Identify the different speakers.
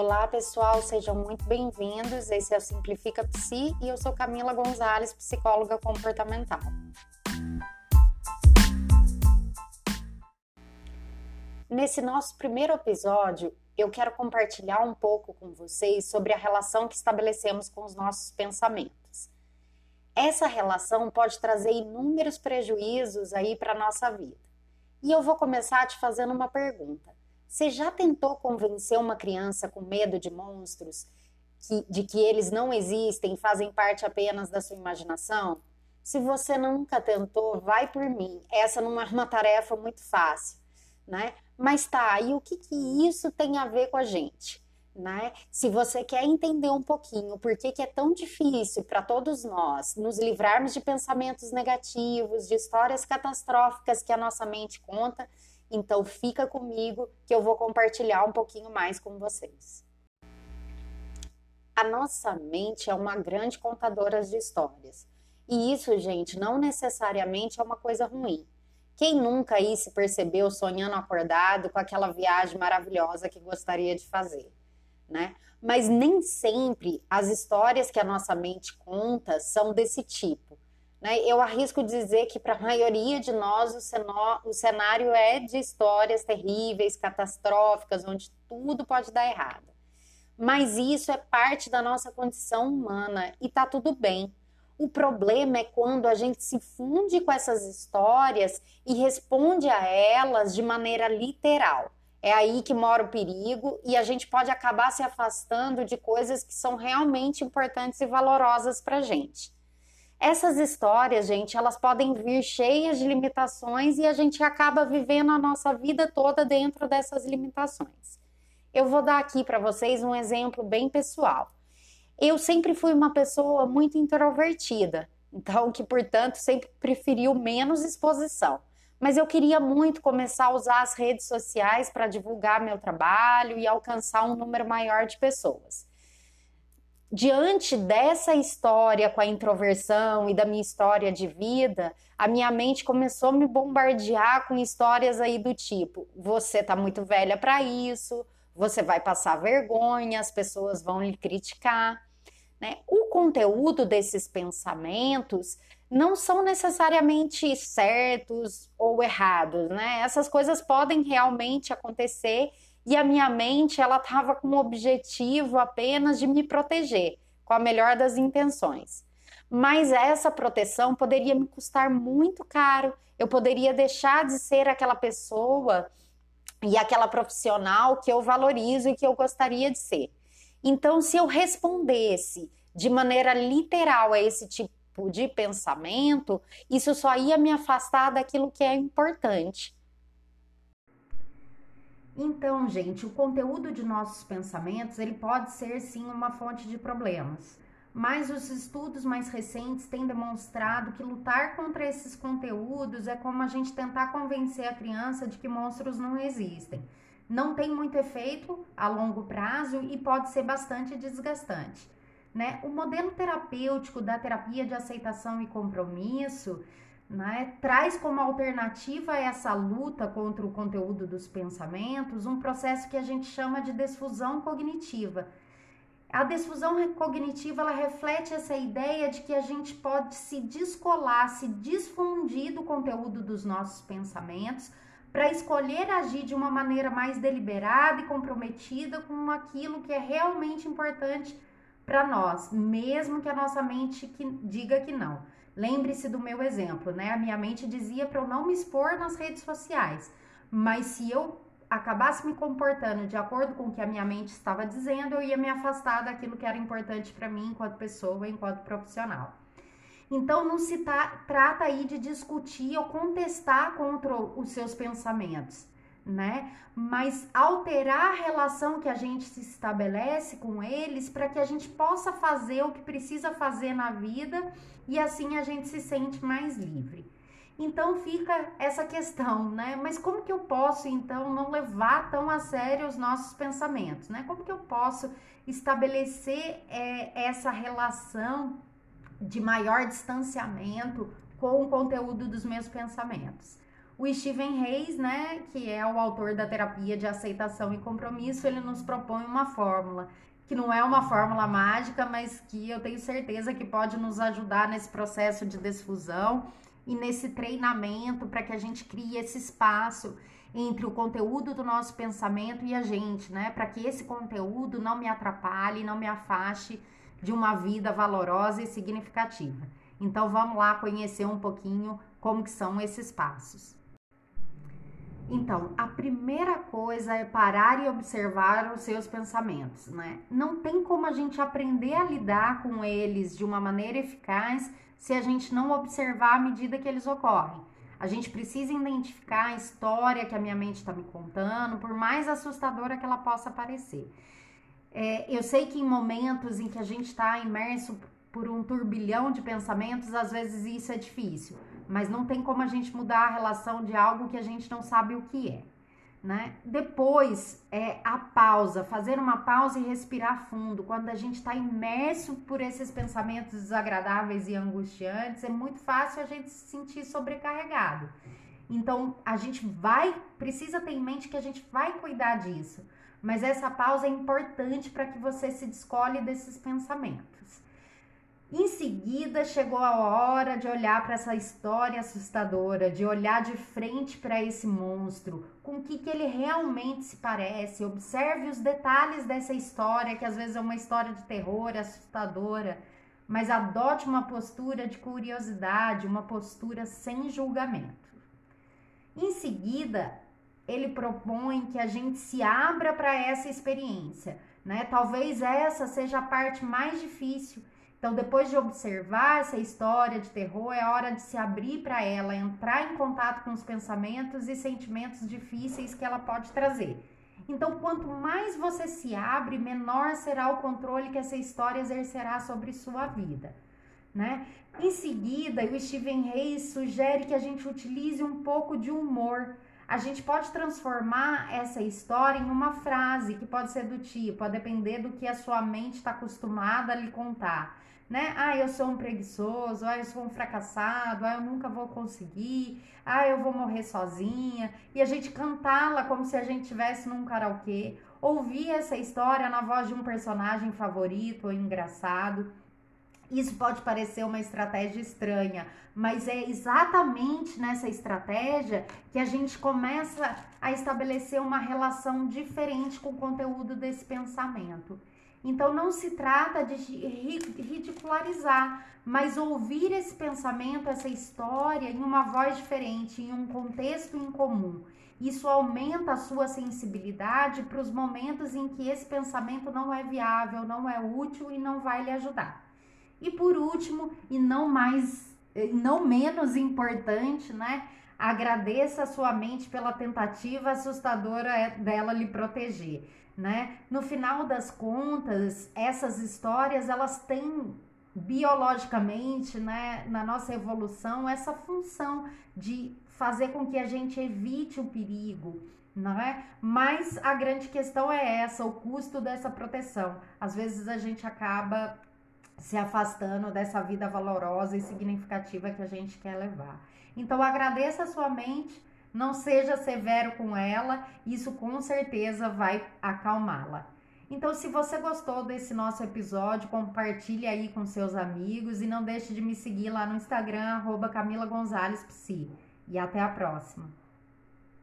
Speaker 1: Olá pessoal, sejam muito bem-vindos. Esse é o Simplifica Psi e eu sou Camila Gonzalez, psicóloga comportamental. Nesse nosso primeiro episódio, eu quero compartilhar um pouco com vocês sobre a relação que estabelecemos com os nossos pensamentos. Essa relação pode trazer inúmeros prejuízos aí para a nossa vida. E eu vou começar te fazendo uma pergunta. Você já tentou convencer uma criança com medo de monstros de que eles não existem, fazem parte apenas da sua imaginação? Se você nunca tentou, vai por mim. Essa não é uma tarefa muito fácil, né? Mas tá, e o que isso tem a ver com a gente, né? Se você quer entender um pouquinho por que é tão difícil para todos nós nos livrarmos de pensamentos negativos, de histórias catastróficas que a nossa mente conta, então fica comigo que eu vou compartilhar um pouquinho mais com vocês. A nossa mente é uma grande contadora de histórias. E isso, gente, não necessariamente é uma coisa ruim. Quem nunca aí se percebeu sonhando acordado com aquela viagem maravilhosa que gostaria de fazer, né? Mas nem sempre as histórias que a nossa mente conta são desse tipo. Eu arrisco dizer que para a maioria de nós o cenário é de histórias terríveis, catastróficas, onde tudo pode dar errado. Mas isso é parte da nossa condição humana e tá tudo bem. O problema é quando a gente se funde com essas histórias e responde a elas de maneira literal. É aí que mora o perigo e a gente pode acabar se afastando de coisas que são realmente importantes e valorosas para a gente. Essas histórias, gente, elas podem vir cheias de limitações e a gente acaba vivendo a nossa vida toda dentro dessas limitações. Eu vou dar aqui para vocês um exemplo bem pessoal. Eu sempre fui uma pessoa muito introvertida, então que, portanto, sempre preferiu menos exposição. Mas eu queria muito começar a usar as redes sociais para divulgar meu trabalho e alcançar um número maior de pessoas. Diante dessa história com a introversão e da minha história de vida, a minha mente começou a me bombardear com histórias aí do tipo: você tá muito velha para isso, você vai passar vergonha, as pessoas vão lhe criticar, né? O conteúdo desses pensamentos não são necessariamente certos ou errados, né? Essas coisas podem realmente acontecer. E a minha mente, ela estava com o objetivo apenas de me proteger, com a melhor das intenções. Mas essa proteção poderia me custar muito caro. Eu poderia deixar de ser aquela pessoa e aquela profissional que eu valorizo e que eu gostaria de ser. Então, se eu respondesse de maneira literal a esse tipo de pensamento, isso só ia me afastar daquilo que é importante. Então, gente, o conteúdo de nossos pensamentos, ele pode ser sim uma fonte de problemas, mas os estudos mais recentes têm demonstrado que lutar contra esses conteúdos é como a gente tentar convencer a criança de que monstros não existem. Não tem muito efeito a longo prazo e pode ser bastante desgastante, né? O modelo terapêutico da terapia de aceitação e compromisso, né, traz como alternativa a essa luta contra o conteúdo dos pensamentos um processo que a gente chama de desfusão cognitiva. A desfusão cognitiva, ela reflete essa ideia de que a gente pode se descolar, se desfundir do conteúdo dos nossos pensamentos para escolher agir de uma maneira mais deliberada e comprometida com aquilo que é realmente importante para nós, mesmo que a nossa mente diga que não. Lembre-se do meu exemplo, né? A minha mente dizia para eu não me expor nas redes sociais, mas se eu acabasse me comportando de acordo com o que a minha mente estava dizendo, eu ia me afastar daquilo que era importante para mim enquanto pessoa, enquanto profissional. Então, não se trata aí de discutir ou contestar contra os seus pensamentos, né? Mas alterar a relação que a gente se estabelece com eles para que a gente possa fazer o que precisa fazer na vida e assim a gente se sente mais livre. Então fica essa questão, né? Mas como que eu posso então não levar tão a sério os nossos pensamentos, né? Como que eu posso estabelecer essa relação de maior distanciamento com o conteúdo dos meus pensamentos? O Steven Hayes, né, que é o autor da terapia de aceitação e compromisso, ele nos propõe uma fórmula, que não é uma fórmula mágica, mas que eu tenho certeza que pode nos ajudar nesse processo de desfusão e nesse treinamento para que a gente crie esse espaço entre o conteúdo do nosso pensamento e a gente, né, para que esse conteúdo não me atrapalhe, não me afaste de uma vida valorosa e significativa. Então vamos lá conhecer um pouquinho como que são esses passos. Então, a primeira coisa é parar e observar os seus pensamentos, né? Não tem como a gente aprender a lidar com eles de uma maneira eficaz se a gente não observar à medida que eles ocorrem. A gente precisa identificar a história que a minha mente está me contando, por mais assustadora que ela possa parecer. Eu sei que em momentos em que a gente está imerso por um turbilhão de pensamentos, às vezes isso é difícil, mas não tem como a gente mudar a relação de algo que a gente não sabe o que é, né? Depois, a pausa, fazer uma pausa e respirar fundo. Quando a gente está imerso por esses pensamentos desagradáveis e angustiantes, é muito fácil a gente se sentir sobrecarregado. Então, a gente precisa ter em mente que a gente vai cuidar disso, mas essa pausa é importante para que você se descole desses pensamentos. Em seguida, chegou a hora de olhar para essa história assustadora, de olhar de frente para esse monstro, com o que ele realmente se parece. Observe os detalhes dessa história, que às vezes é uma história de terror, assustadora, mas adote uma postura de curiosidade, uma postura sem julgamento. Em seguida, ele propõe que a gente se abra para essa experiência, né? Talvez essa seja a parte mais difícil. Então, depois de observar essa história de terror, é hora de se abrir para ela, entrar em contato com os pensamentos e sentimentos difíceis que ela pode trazer. Então, quanto mais você se abre, menor será o controle que essa história exercerá sobre sua vida, né? Em seguida, o Steven Hayes sugere que a gente utilize um pouco de humor. A gente pode transformar essa história em uma frase que pode ser do tipo, a depender do que a sua mente está acostumada a lhe contar, né? Eu sou um preguiçoso, eu sou um fracassado, eu nunca vou conseguir, eu vou morrer sozinha. E a gente cantá-la como se a gente estivesse num karaokê, ouvir essa história na voz de um personagem favorito ou engraçado. Isso pode parecer uma estratégia estranha, mas é exatamente nessa estratégia que a gente começa a estabelecer uma relação diferente com o conteúdo desse pensamento. Então, não se trata de ridicularizar, mas ouvir esse pensamento, essa história em uma voz diferente, em um contexto incomum. Isso aumenta a sua sensibilidade para os momentos em que esse pensamento não é viável, não é útil e não vai lhe ajudar. E por último, e não menos importante, né? Agradeça a sua mente pela tentativa assustadora dela lhe proteger, né? No final das contas, essas histórias, elas têm biologicamente, né, na nossa evolução, essa função de fazer com que a gente evite o perigo, não é? Mas a grande questão é essa, o custo dessa proteção. Às vezes a gente acaba se afastando dessa vida valorosa e significativa que a gente quer levar. Então, agradeça a sua mente, não seja severo com ela, isso com certeza vai acalmá-la. Então, se você gostou desse nosso episódio, compartilhe aí com seus amigos e não deixe de me seguir lá no Instagram, @CamilaGonzalesPsi. E até a próxima!